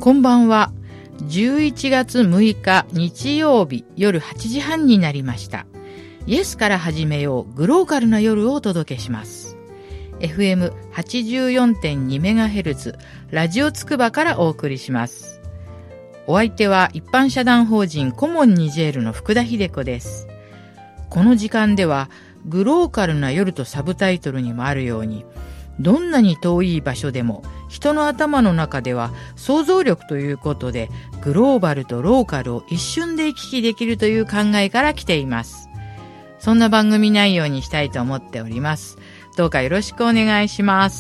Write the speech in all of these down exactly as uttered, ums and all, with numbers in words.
こんばんは。じゅういちがつむいか日曜日夜はちじはんになりました。イエスから始めようグローカルな夜をお届けします。エフエムはちじゅうよんてんにメガヘルツ ラジオつくばからお送りします。お相手は一般社団法人コモンニジェールの福田秀子です。この時間ではグローカルな夜とサブタイトルにもあるように、どんなに遠い場所でも人の頭の中では想像力ということでグローバルとローカルを一瞬で行き来できるという考えから来ています。そんな番組内容にしたいと思っております。どうかよろしくお願いします。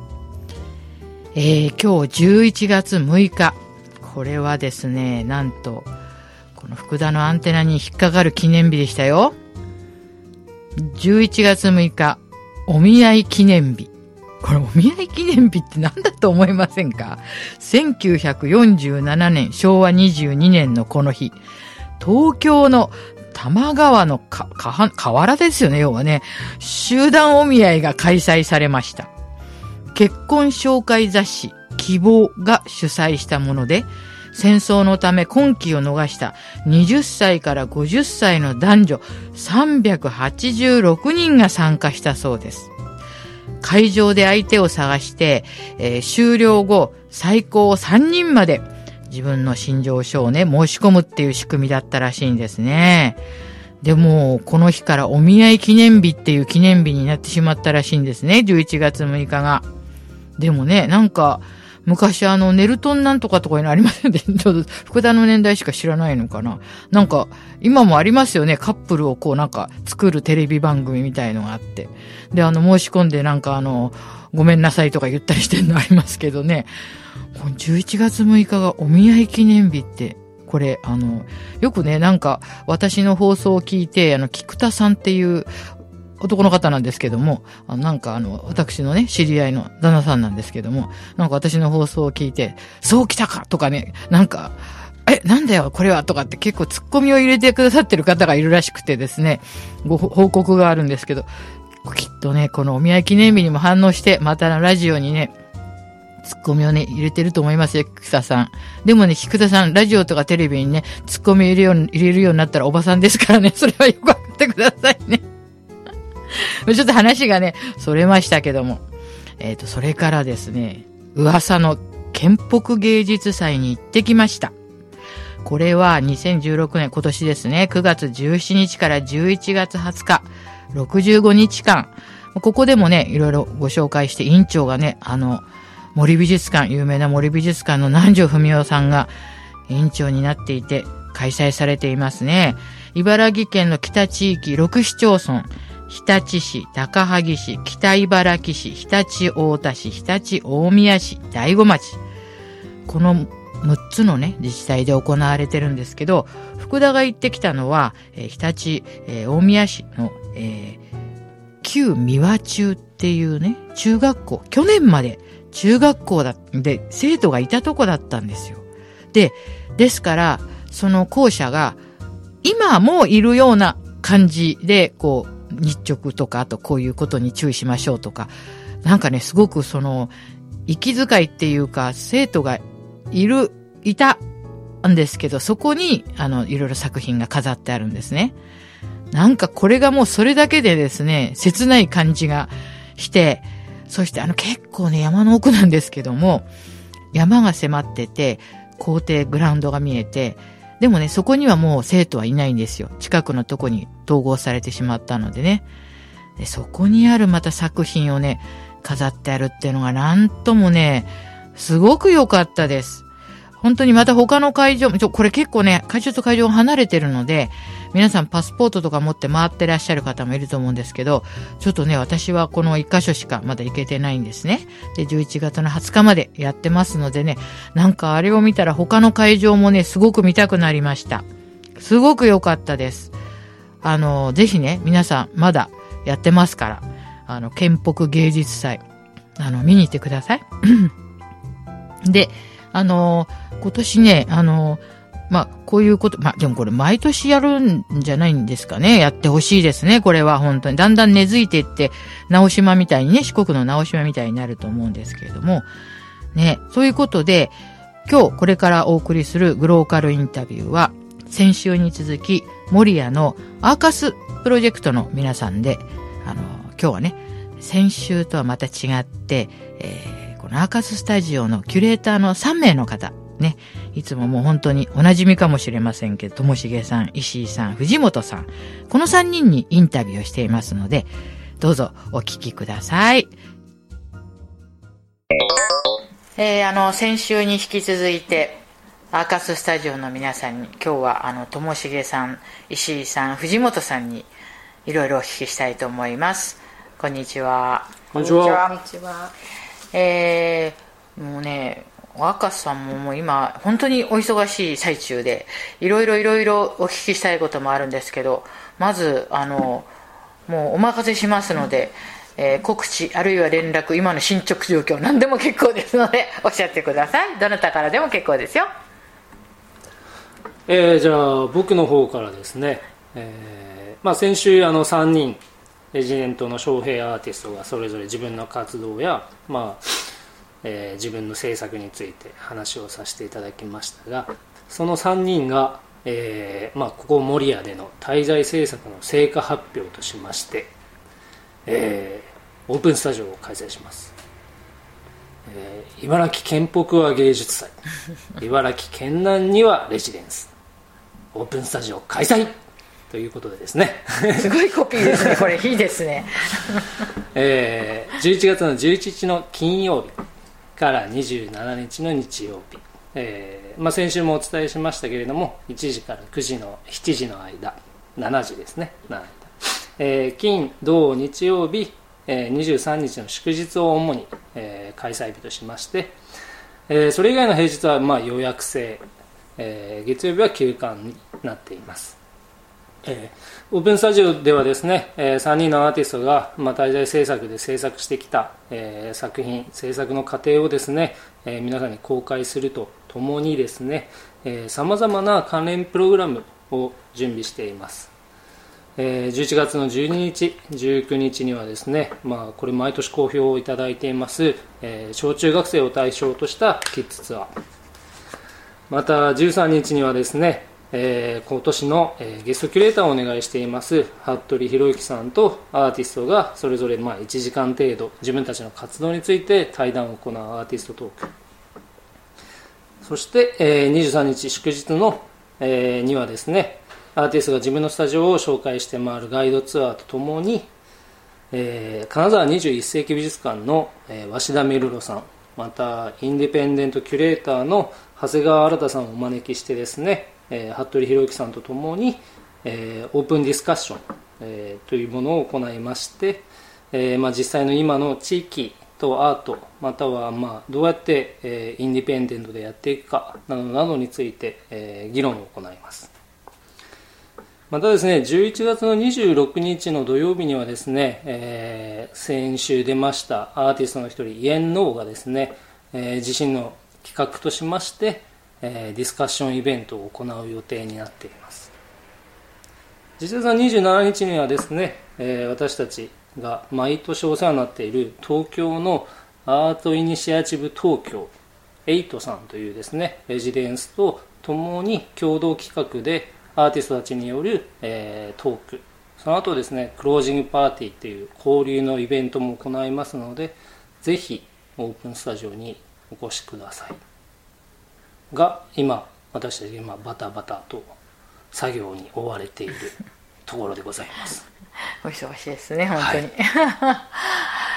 えー、今日じゅういちがつむいか、これはですね、なんとこの福田のアンテナに引っかかる記念日でしたよ。じゅういちがつむいか、お見合い記念日。これお見合い記念日って何だと思いませんか？せんきゅうひゃくよんじゅうななねん、しょうわにじゅうにねんのこの日、東京の多摩川のか、か、河原ですよね、要はね、集団お見合いが開催されました。結婚紹介雑誌、希望が主催したもので、戦争のため婚期を逃したはたちからごじゅっさいの男女さんびゃくはちじゅうろくにんが参加したそうです。会場で相手を探して、えー、終了後最高さんにんまで自分の身上書をね申し込むっていう仕組みだったらしいんですね。でもこの日からお見合い記念日っていう記念日になってしまったらしいんですね、じゅういちがつむいかが。でもね、なんか昔あのネルトンなんとかとかいうのありませんで、ちょっと福田の年代しか知らないのかな。なんか今もありますよね、カップルをこうなんか作るテレビ番組みたいのがあって、であの申し込んでなんかあのごめんなさいとか言ったりしてるのありますけどね。このじゅういちがつむいかがお見合い記念日って、これあのよくね、なんか私の放送を聞いて、あの菊田さんっていう男の方なんですけども、あなんかあの、私のね、知り合いの旦那さんなんですけども、なんか私の放送を聞いて、そう来たかとかね、なんか、え、なんだよ、これはとかって結構ツッコミを入れてくださってる方がいるらしくてですね、ご報告があるんですけど、きっとね、このお見合い記念日にも反応して、またラジオにね、ツッコミをね、入れてると思いますよ、菊田さん。でもね、菊田さん、ラジオとかテレビにね、ツッコミを入れるように、入れるようになったらおばさんですからね、それはよくわかってくださいね。ちょっと話がね、それましたけども。えっと、それからですね、噂の建北芸術祭に行ってきました。これはにせんじゅうろくねん、今年ですね、くがつじゅうしちにちからじゅういちがつはつか、ろくじゅうごにちかん。ここでもね、いろいろご紹介して、委員長がね、あの、森美術館、有名な森美術館の南條文夫さんが委員長になっていて、開催されていますね。茨城県の北地域ろくしちょうそん、日立市、高萩市、北茨城市、常陸太田市、常陸大宮市、大子町。このむっつのね、自治体で行われてるんですけど、福田が行ってきたのは、えー、日立、えー、大宮市の、えー、旧三輪中っていうね、中学校、去年まで中学校だって、生徒がいたとこだったんですよ。で、ですから、その校舎が、今もいるような感じで、こう、日直とか、あとこういうことに注意しましょうとか、なんかね、すごくその、息遣いっていうか、生徒がいる、いたんですけど、そこに、あの、いろいろ作品が飾ってあるんですね。なんかこれがもうそれだけでですね、切ない感じがして、そしてあの結構ね、山の奥なんですけども、山が迫ってて、校庭、グラウンドが見えて、でもね、そこにはもう生徒はいないんですよ。近くのとこに統合されてしまったのでね。で、そこにあるまた作品をね、飾ってあるっていうのがなんともね、すごく良かったです。本当にまた他の会場、ちょ、これ結構ね、会場と会場離れてるので、皆さんパスポートとか持って回ってらっしゃる方もいると思うんですけど、ちょっとね、私はこの一箇所しかまだ行けてないんですね。で、じゅういちがつのはつかまでやってますのでね、なんかあれを見たら他の会場もね、すごく見たくなりました。すごく良かったです。あの、ぜひね、皆さんまだやってますから、あの、建北芸術祭、あの、見に行ってください。で、あの、今年ね、あの、まあ、こういうこと、まあ、でもこれ毎年やるんじゃないんですかね。やってほしいですね。これは本当に。だんだん根付いていって、直島みたいにね、四国の直島みたいになると思うんですけれども。ね、そういうことで、 今日これからお送りするグローカルインタビューは、先週に続き、守谷のアーカスプロジェクトの皆さんで、あの、今日はね、先週とはまた違って、えー、このアーカススタジオのキュレーターのさんめいの方、ね、いつももう本当にお馴染みかもしれませんけど、ともしげさん、石井さん、藤本さん、このさんにんにインタビューをしていますので、どうぞお聞きください。えー、あの、先週に引き続いて、アーカススタジオの皆さんに、今日はあの、ともしげさん、石井さん、藤本さんにいろいろお聞きしたいと思います。こんにちは。 こんにちは。 こんにちは。 えー、もうね、アーカスさんももう今、本当にお忙しい最中で、いろいろいろいろお聞きしたいこともあるんですけど、まず、あの、もうお任せしますので、えー、告知あるいは連絡、今の進捗状況何でも結構ですのでおっしゃってください。どなたからでも結構ですよ。 えー、じゃあ僕の方からですね、えーまあ、先週あのさんにんレジデントの招聘アーティストがそれぞれ自分の活動や、まあえー、自分の制作について話をさせていただきましたが、そのさんにんが、えーまあ、ここ守谷での滞在制作の成果発表としまして、えー、オープンスタジオを開催します。えー、茨城県北は芸術祭、茨城県南にはレジデンス、オープンスタジオ開催ということでですねすごいコピーですね。これいいですね、 えー、じゅういちがつのじゅういちにちの金曜日からにじゅうしちにちの日曜日、えーまあ、先週もお伝えしましたけれども、いちじからくじのしちじの間、しちじですね、えー、金土日曜日、えー、にじゅうさんにちの祝日を主に、えー、開催日としまして、えー、それ以外の平日はまあ予約制、えー、月曜日は休館になっています。えー、オープンスタジオではですね、えー、さんにんのアーティストが、まあ、滞在制作で制作してきた、えー、作品制作の過程をですね、えー、皆さんに公開するとともにですね、さまざまな関連プログラムを準備しています。えー、じゅういちがつのじゅうににち、じゅうくにちにはですね、まあ、これ毎年好評をいただいています、えー、小中学生を対象としたキッズツアー、またじゅうさんにちにはですね、えー、今年の、えー、ゲストキュレーターをお願いしています服部博之さんとアーティストがそれぞれまあいちじかん程度自分たちの活動について対談を行うアーティストトーク、そして、えー、にじゅうさんにち祝日の、えー、にはですね、アーティストが自分のスタジオを紹介して回るガイドツアーとともに、えー、金沢にじゅういっせいき美術館の、えー、鷲田メルロさん、またインディペンデントキュレーターの長谷川新さんをお招きしてですね、えー、服部博之さんとともに、えー、オープンディスカッション、えー、というものを行いまして、えーまあ、実際の今の地域とアート、またはまあどうやって、えー、インディペンデントでやっていくかなどなどについて、えー、議論を行います。またですね、じゅういちがつのにじゅうろくにちの土曜日にはですね、えー、先週出ましたアーティストの一人イエンノーがですね、えー、自身の企画としまして、えー、ディスカッションイベントを行う予定になっています。実はにじゅうしちにちにはですね、えー、私たちが毎年お世話になっている東京のアートイニシアチブ東京エイトさんというですねレジデンスとともに共同企画でアーティストたちによる、えー、トーク、その後ですねクロージングパーティーという交流のイベントも行いますので、ぜひオープンスタジオにお越しくださいが、今私たち今バタバタと作業に追われているところでございます。 お忙しいですね本当に、はい、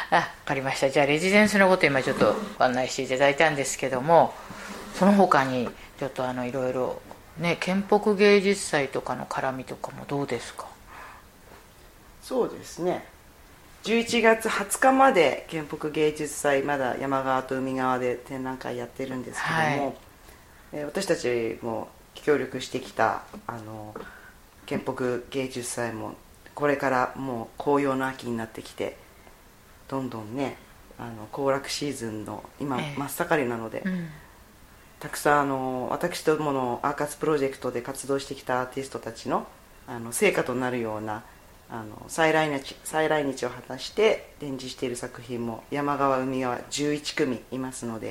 あ、分かりました。じゃあレジデンスのこと今ちょっとご案内していただいたんですけども、その他にちょっとあのいろいろね、県北芸術祭とかの絡みとかもどうですか？ そうですね、じゅういちがつはつかまで県北芸術祭、まだ山側と海側で展覧会やってるんですけども、はい、えー、私たちも協力してきたあの県北芸術祭もこれからもう紅葉の秋になってきて、どんどんね、あの行楽シーズンの今真っ盛りなので、えーうん、たくさんあの私どものアーカスプロジェクトで活動してきたアーティストたちの、あの成果となるようなあの再来日、再来日を果たして展示している作品も山側海側じゅういちくみいますので、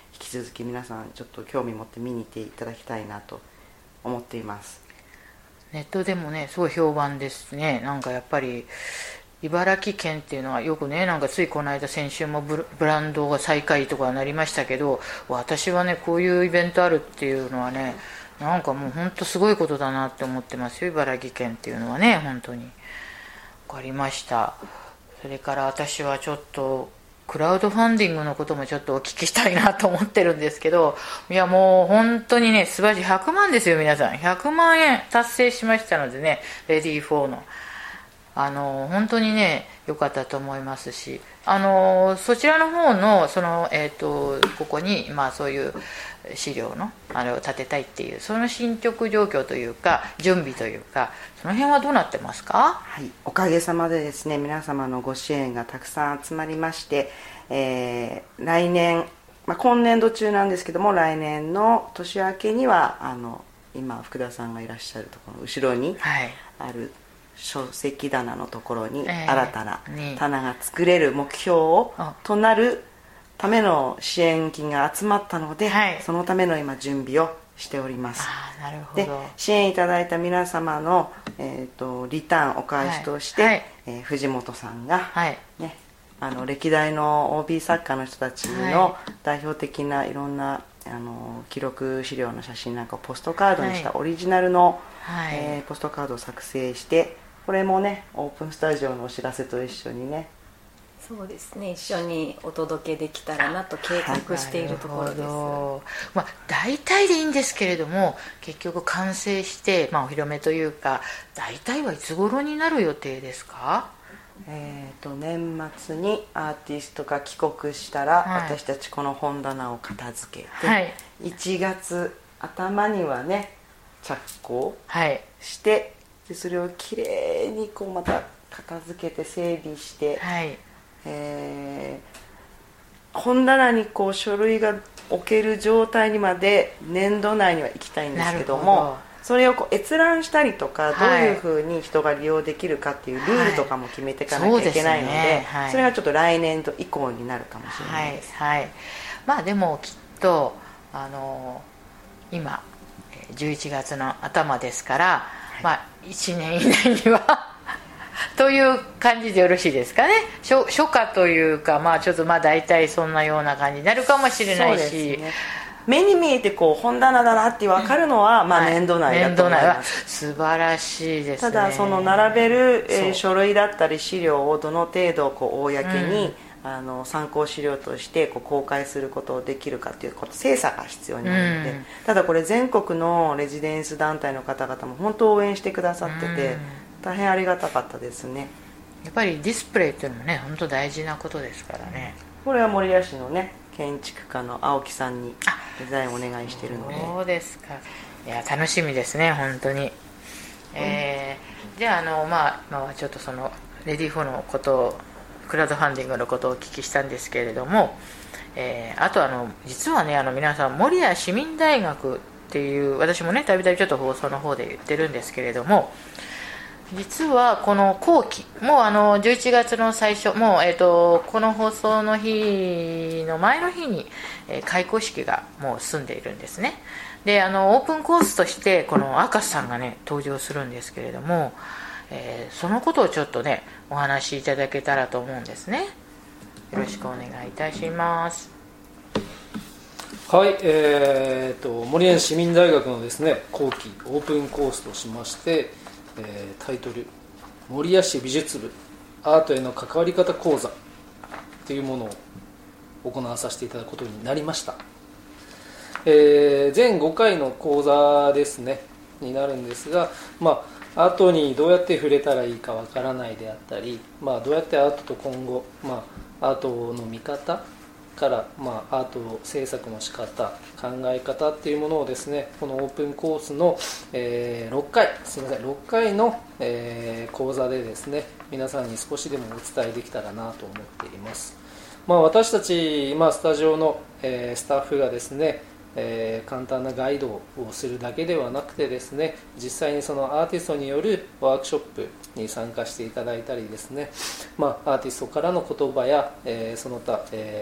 引き続き皆さんちょっと興味持って見に行っていただきたいなと思っています。 ネットでもねすごい評判ですね。なんかやっぱり茨城県っていうのはよくね、なんかついこの間先週も ブ, ブランドが再開とかなりましたけど、私はねこういうイベントあるっていうのはね、なんかもう本当すごいことだなって思ってますよ。茨城県っていうのはね、本当に分かりました。それから私はちょっとクラウドファンディングのこともちょっとお聞きしたいなと思ってるんですけど、いやもう本当にね素晴らしい、ひゃくまんですよ皆さん。ひゃくまんえん達成しましたのでね、レディーフォーのあの本当にね良かったと思いますし、あのそちらの方のその、えー、とここに、まあ、そういう資料のあれを立てたいっていうその進捗状況というか準備というか、その辺はどうなってますか？ はい、おかげさまでですね、皆様のご支援がたくさん集まりまして、えー、来年、まあ、今年度中なんですけども、来年の年明けにはあの今福田さんがいらっしゃるところの後ろにある、はい、書籍棚のところに新たな棚が作れる目標を、えー、となるための支援金が集まったので、はい、そのための今準備をしております。 あ、なるほど。 で支援いただいた皆様の、えー、とリターンお返しとして、はいはい、えー、藤本さんが、はいね、あの歴代の オービー 作家の人たちの代表的ないろんなあの記録資料の写真なんかをポストカードにしたオリジナルの、はい、えー、ポストカードを作成して、これもねオープンスタジオのお知らせと一緒にね、 そうですね、一緒にお届けできたらなと計画しているところです。 まあ、大体でいいんですけれども、結局完成して、まあ、お披露目というか、大体はいつ頃になる予定ですか？ えー、と年末にアーティストが帰国したら、はい、私たちこの本棚を片付けて、はい、いちがつ頭にはね着工して、はい、でそれをきれいにこうまた片付けて整理して、はい、えー、本棚にこう書類が置ける状態にまで年度内には行きたいんですけども、それをこう閲覧したりとか、どういうふうに人が利用できるかっていうルールとかも決めていかなきゃいけないので、はい、 そ, で、ねはい、それがちょっと来年度以降になるかもしれないです。 はいはい、まあでもきっとあの今じゅういちがつの頭ですから、はい、まあいちねん以内にはという感じでよろしいですかね。 初, 初夏というか、まあちょっとまあ大体そんなような感じになるかもしれないし、そうですね、 目に見えてこう本棚だなって分かるのは、まあ年度内だと思います、はい、年度内は素晴らしいですね。 ただその並べる、えー、書類だったり資料をどの程度こう公に、うん、あの参考資料としてこう公開することをできるかということ精査が必要になるので、うん、ただこれ全国のレジデンス団体の方々も本当応援してくださってて、うん、大変ありがたかったですね。 やっぱりディスプレイっていうのもね本当大事なことですからね。 これは守谷市のね建築家の青木さんにデザインをお願いしているので。 そうですか。いや楽しみですね本当に、うん、えー、じゃああの、まあ、今はちょっとそのレディーフォーのことをクラウドファンディングのことをお聞きしたんですけれども、えー、あとあの実はねあの皆さん守谷市民大学っていう私もねたびたびちょっと放送の方で言ってるんですけれども、実はこの後期もうあのじゅういちがつの最初もう、えー、とこの放送の日の前の日に、えー、開校式がもう済んでいるんですね。であのオープンコースとしてこの明石さんがね登場するんですけれども、えー、そのことをちょっとねお話しいただけたらと思うんですね。よろしくお願いいたします。 はい、えー、と守谷市民大学のですね後期オープンコースとしまして、えー、タイトル守谷市美術部アートへの関わり方講座というものを行わさせていただくことになりました。えー、全ごかいの講座ですねになるんですが、まあ、アートにどうやって触れたらいいかわからないであったり、まあ、どうやってアートと今後、まあ、アートの見方から、まあ、アート制作の仕方考え方っていうものをですねこのオープンコースの、えー、ろっかいすみませんろっかいの、えー、講座でですね皆さんに少しでもお伝えできたらなと思っています。まあ、私たち、まあ、スタジオの、えー、スタッフがですねえー、簡単なガイドをするだけではなくてですね実際にそのアーティストによるワークショップに参加していただいたりですね、まあ、アーティストからの言葉や、えー、その他、えー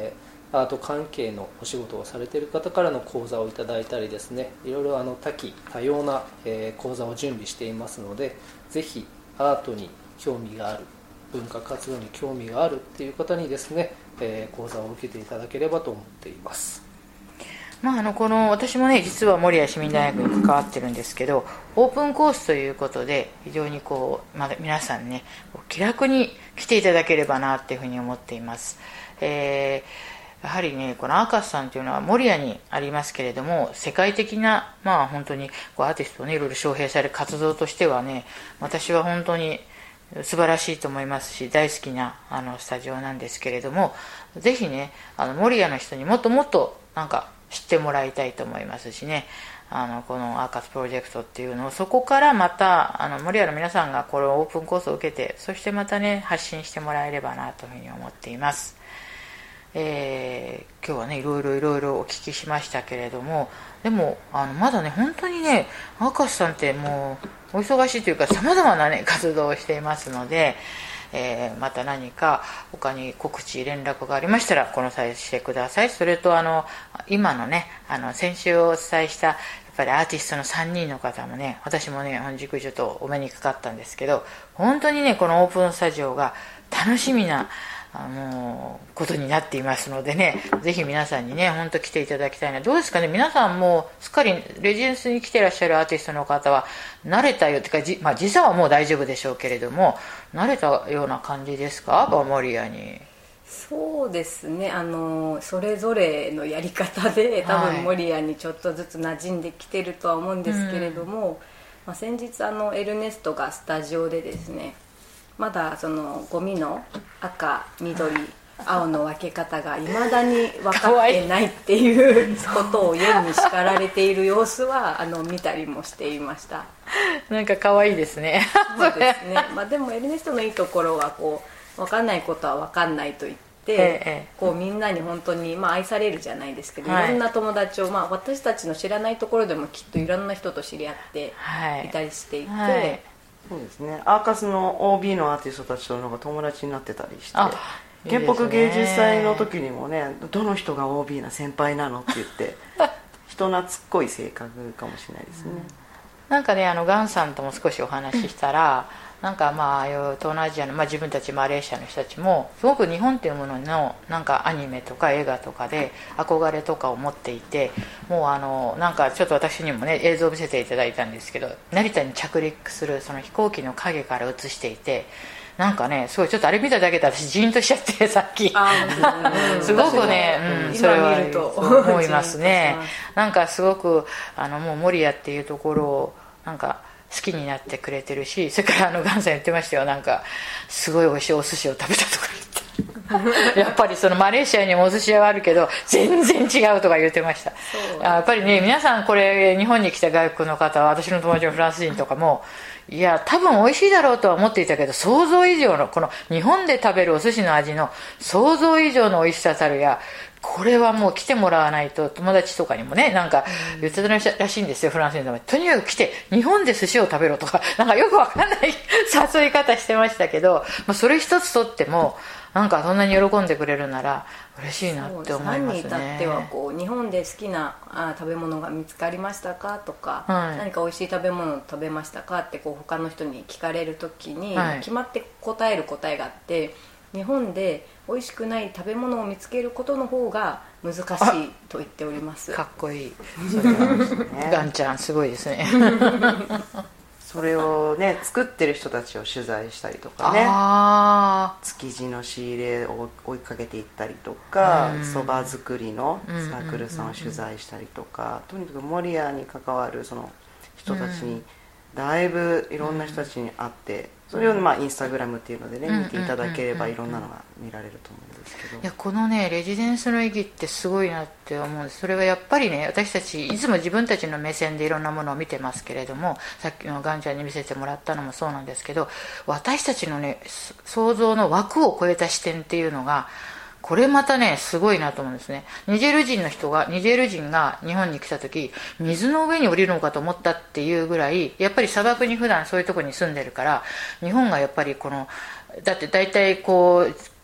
アート関係のお仕事をされている方からの講座をいただいたりですね、いろいろあの多岐多様な、えー、講座を準備していますので、ぜひアートに興味がある、文化活動に興味があるっていう方にですね、えー、講座を受けていただければと思っています。 まあ、あのこの私もね実は守谷市民大学に関わってるんですけど、オープンコースということで非常にこう、まあ、皆さんね気楽に来ていただければなっていうふうに思っています。えー、やはりねこのアーカスさんというのは守谷にありますけれども、世界的なまあ本当にこうアーティストをねいろいろ招聘される活動としてはね、私は本当に素晴らしいと思いますし、大好きなあのスタジオなんですけれども、ぜひねあの守谷の人にもっともっとなんか知ってもらいたいと思いますしね、あのこのアーカスプロジェクトっていうのをそこからまたあの守谷の皆さんがこれをオープンコースを受けて、そしてまたね発信してもらえればなというふうに思っています。えー、今日はねいろいろいろいろお聞きしましたけれども、でもあのまだね本当にねアーカスさんってもうお忙しいというかさまざまなね活動をしていますので、えー、また何か他に告知連絡がありましたらこの際してください。それとあの今のねあの先週お伝えしたやっぱりアーティストのさんにんの方もね、私もね本宿ちょっとお目にかかったんですけど、本当にねこのオープンスタジオが楽しみなあのことになっていますのでね、ぜひ皆さんにね本当来ていただきたいな。どうですかね、皆さんもうすっかりレジデンスに来てらっしゃるアーティストの方は慣れたよっていうか、じ、まあ、時差はもう大丈夫でしょうけれども、慣れたような感じですか、守谷に。 そうですね、あのそれぞれのやり方で多分守谷にちょっとずつ馴染んできてるとは思うんですけれども、はい、まあ、先日あのエルネストがスタジオでですね、まだそのゴミの赤緑青の分け方がいまだに分かってないっていうことを世に叱られている様子はあの見たりもしていました。 なんか可愛いですね。 そうですね、まあ、でもエルネストのいいところはこう分かんないことは分かんないと言って、ええ、こうみんなに本当に、まあ、愛されるじゃないですけど、はい、いろんな友達を、まあ、私たちの知らないところでもきっといろんな人と知り合っていたりしていて、はいはい、 そうですね、アーカスの オービー のアーティストたちとのが友達になってたりして、原北芸術祭の時にもね、どの人が オービー な先輩なのって言って人懐っこい性格かもしれないですね、うん、 なんかねあのガンさんとも少しお話ししたらなんかまあああいう東南アジアの、まあ、自分たちマレーシアの人たちもすごく日本っていうもののなんかアニメとか映画とかで憧れとかを持っていて、もうあのなんかちょっと私にもね映像を見せていただいたんですけど、成田に着陸するその飛行機の影から映していて、なんかねすごいちょっとあれ見ただけで私ジーンとしちゃってさっきすごくね、うん、それは思いますね。なんかすごくあのもう守谷っていうところをなんか好きになってくれてるし、それからあのガンさん言ってましたよ、なんかすごい美味しいお寿司を食べたとか言ってやっぱりそのマレーシアにもお寿司屋はあるけど全然違うとか言ってました。やっぱりね皆さんこれ日本に来た外国の方は、私の友達のフランス人とかもいや多分美味しいだろうとは思っていたけど、想像以上のこの日本で食べるお寿司の味の想像以上の美味しさたるや、これはもう来てもらわないと、友達とかにもねなんか言ってたらしいんですよ、フランス人でも。とにかく来て日本で寿司を食べろとかなんかよくわかんない誘い方してましたけど、まあ、それ一つとってもなんかそんなに喜んでくれるなら嬉しいなって思いますね。 何に至ってはこう日本で好きなあ食べ物が見つかりましたかとか、はい、何か美味しい食べ物を食べましたかってこう他の人に聞かれるときに、はい、決まって答える答えがあって、日本で美味しくない食べ物を見つけることの方が難しいと言っております。 かっこいいそれは、ね、ガンちゃんすごいですねそれをね作ってる人たちを取材したりとかね、築地の仕入れを追いかけていったりとか、そば作りのサークルさんを取材したりとか、とにかく守谷に関わるその人たちにだいぶいろんな人たちに会って、それをまあインスタグラムっていうのでね見ていただければいろんなのが見られると思うんですけど、 いやこのねレジデンスの意義ってすごいなって思うんです。それはやっぱりね、私たちいつも自分たちの目線でいろんなものを見てますけれども、さっきのガンちゃんに見せてもらったのもそうなんですけど、私たちのね想像の枠を超えた視点っていうのがこれまたねすごいなと思うんですね。ニジェール人の人がニジェール人が日本に来た時水の上に降りるのかと思ったっていうぐらい、やっぱり砂漠に普段そういうところに住んでるから、日本がやっぱりこのだって大体こう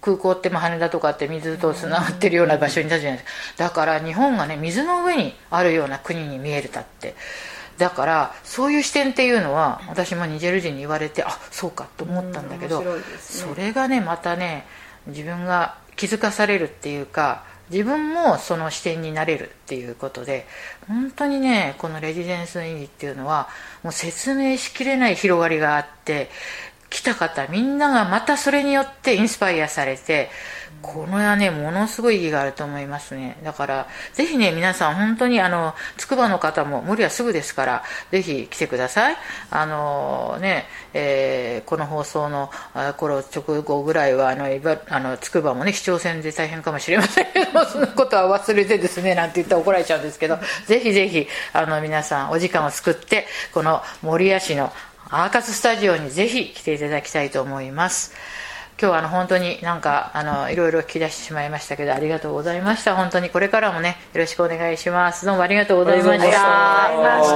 空港ってまあ羽田とかって水とつながってるような場所に立つじゃないですか。だから日本がね水の上にあるような国に見えるだって。だからそういう視点っていうのは私もニジェール人に言われて、あ、そうかと思ったんだけど、 うん、面白いですね。 それがねまたね自分が気づかされるっていうか、自分もその視点になれるっていうことで、本当にねこのレジデンスの意義っていうのはもう説明しきれない広がりがあって、来た方みんながまたそれによってインスパイアされて、このはねものすごい意義があると思いますね。だからぜひね皆さん本当にあの筑波の方も森はすぐですからぜひ来てください。あのね、えー、この放送の頃直後ぐらいはあのあの筑波もね市長選で大変かもしれませんけどそのことは忘れてですねなんて言ったら怒られちゃうんですけど、ぜひぜひあの皆さんお時間を作ってこの守谷市のアーカススタジオにぜひ来ていただきたいと思います。今日はあの本当になんかあのいろいろ聞き出してしまいましたけど、ありがとうございました。本当にこれからもねよろしくお願いします。どうもありがとうございました。 ありがとうございました。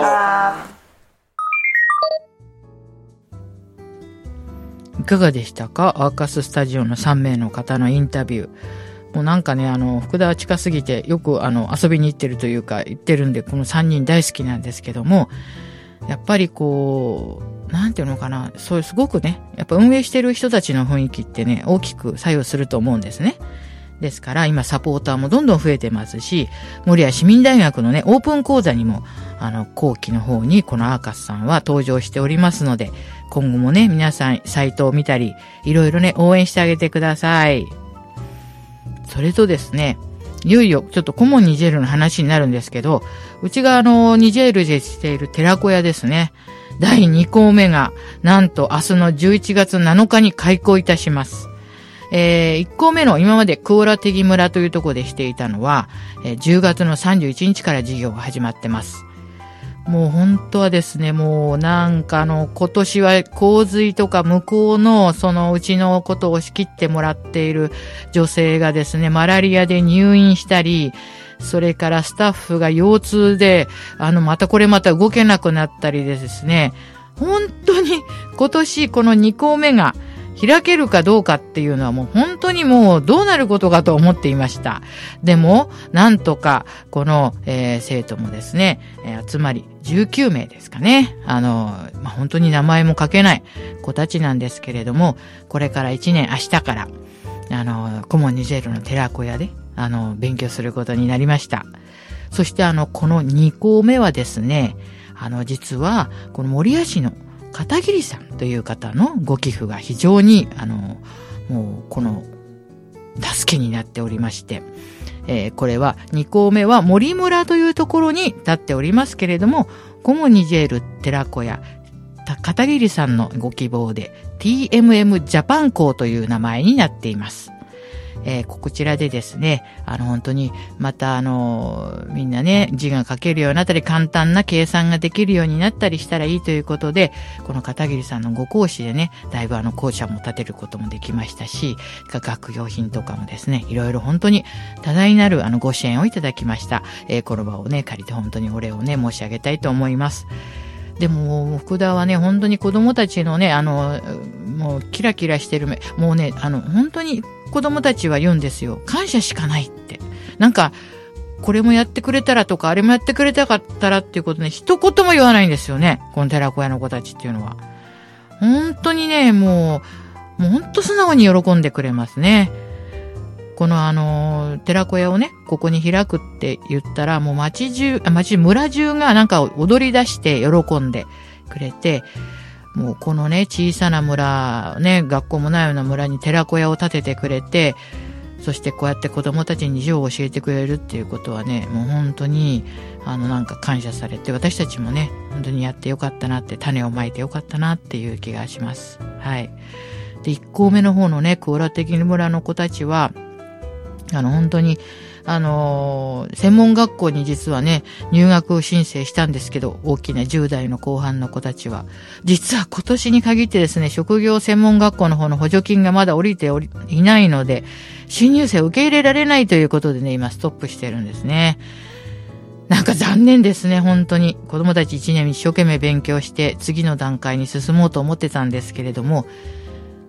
いかがでしたか？アーカススタジオのさんめいの方のインタビュー。もうなんかねあの福田は近すぎてよくあの遊びに行ってるというか行ってるんで、このさんにん大好きなんですけども、やっぱりこうなんていうのかな、そういうすごくねやっぱ運営してる人たちの雰囲気ってね大きく作用すると思うんですね。ですから今サポーターもどんどん増えてますし、守谷市民大学のねオープン講座にもあの後期の方にこのアーカスさんは登場しておりますので、今後もね皆さんサイトを見たりいろいろね応援してあげてください。それとですね、いよいよちょっとコモンニジェールの話になるんですけど、うちがあのニジェールでしている寺子屋ですね、だいにこうめがなんと明日のじゅういちがつなのかに開校いたします。えー、いっこうめの今までクオラテギ村というところでしていたのは、えー、じゅうがつのさんじゅういちにちから授業が始まってます。もう本当はですね、もうなんかあの今年は洪水とか向こうのそのうちのことを仕切ってもらっている女性がですね、マラリアで入院したり、それからスタッフが腰痛であのまたこれまた動けなくなったりでですね、本当に今年このにこうめが開けるかどうかっていうのはもう本当にもうどうなることかと思っていました。でもなんとかこの、えー、生徒もですね、えー、集まりじゅうきゅうめいですかね。あの、まあ、本当に名前も書けない子たちなんですけれども、これからいちねん明日からあのコモンニジェールの寺子屋であの勉強することになりました。そしてあのこのにこうめはですね、あの実はこの守谷市の片桐さんという方のご寄付が非常にあのもうこの助けになっておりまして、えー、これはにこうめは森村というところに立っておりますけれども、コモンニジェール寺子屋片桐さんのご希望で ティーエムエム ジャパン校という名前になっています。えー、こちらでですね、あの本当にまたあのみんなね字が書けるようになったり簡単な計算ができるようになったりしたらいいということで、この片桐さんのご講師でねだいぶあの校舎も建てることもできましたし、学用品とかもですねいろいろ本当に多大なるあのご支援をいただきました。えー、この場をね借りて本当にお礼をね申し上げたいと思います。でも福田はね本当に子供たちのねあのもうキラキラしてる目、もうねあの本当に子供たちは言うんですよ。感謝しかないって。なんかこれもやってくれたらとかあれもやってくれたかったらっていうことね一言も言わないんですよね。この寺子屋の子たちっていうのは本当にねもうもう本当素直に喜んでくれますね。このあの寺子屋をねここに開くって言ったらもう町中町村中がなんか踊り出して喜んでくれて、もうこのね小さな村ね学校もないような村に寺子屋を建ててくれて、そしてこうやって子供たちに字を教えてくれるっていうことはねもう本当にあのなんか感謝されて、私たちもね本当にやってよかったなって、種をまいてよかったなっていう気がします。はい。でいっこうめの方のねクオラテギ村の子たちはあの本当にあのー、専門学校に実はね入学申請したんですけど、大きなじゅうだいの後半の子たちは実は今年に限ってですね職業専門学校の方の補助金がまだ降りておりいないので新入生を受け入れられないということでね今ストップしてるんですね。なんか残念ですね。本当に子供たちいちねん一生懸命勉強して次の段階に進もうと思ってたんですけれども、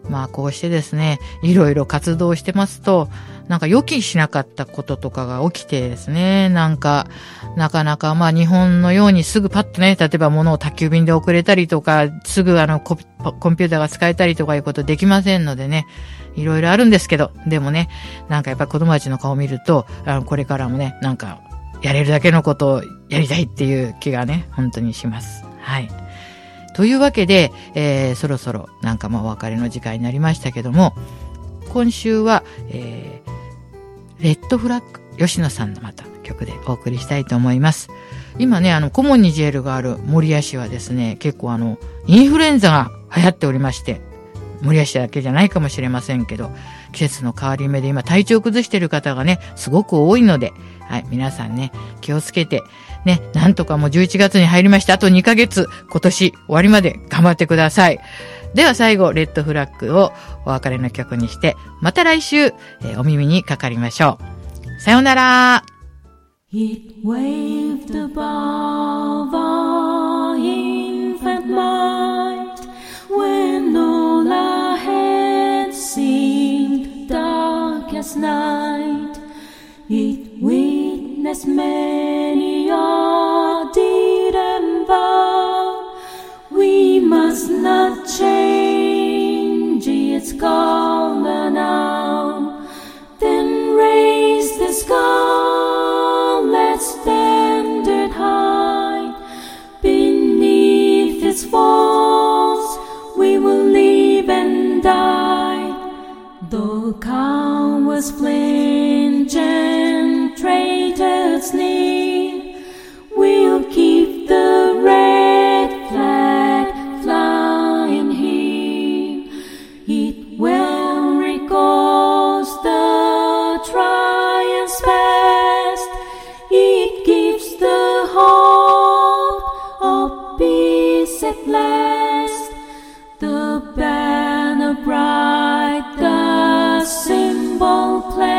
まあこうしてですね、いろいろ活動してますと、なんか予期しなかったこととかが起きてですね、なんか、なかなかまあ日本のようにすぐパッとね、例えば物を宅急便で送れたりとか、すぐあのコ、コンピューターが使えたりとかいうことできませんのでね、いろいろあるんですけど、でもね、なんかやっぱ子供たちの顔を見ると、あの、これからもね、なんか、やれるだけのことをやりたいっていう気がね、本当にします。はい。というわけで、えー、そろそろなんかもうお別れの時間になりましたけども、今週は、えー、レッドフラッグ、吉野さんのまた曲でお送りしたいと思います。今ね、あの、コモンにジェールがある守谷市はですね、結構あの、インフルエンザが流行っておりまして、守谷市だけじゃないかもしれませんけど、季節の変わり目で今体調崩している方がね、すごく多いので、はい、皆さんね、気をつけて、ね、なんとかもうじゅういちがつに入りました。あとにかげつ、今年終わりまで頑張ってください。では最後、レッドフラッグをお別れの曲にして、また来週、えー、お耳にかかりましょう。さようなら。 It waved above our infant mind when all our heads seemed dark as night. It witnessed many a deed and vow. We must not change its color now. Then raise the scarlet standard high. Beneath its walls we will live and die. Though cowards flinch and traitors sneer, we'll keep the red flag flying here. It well recalls the triumphs past. It gives the hope of peace at last. The banner bright, the symbol plain.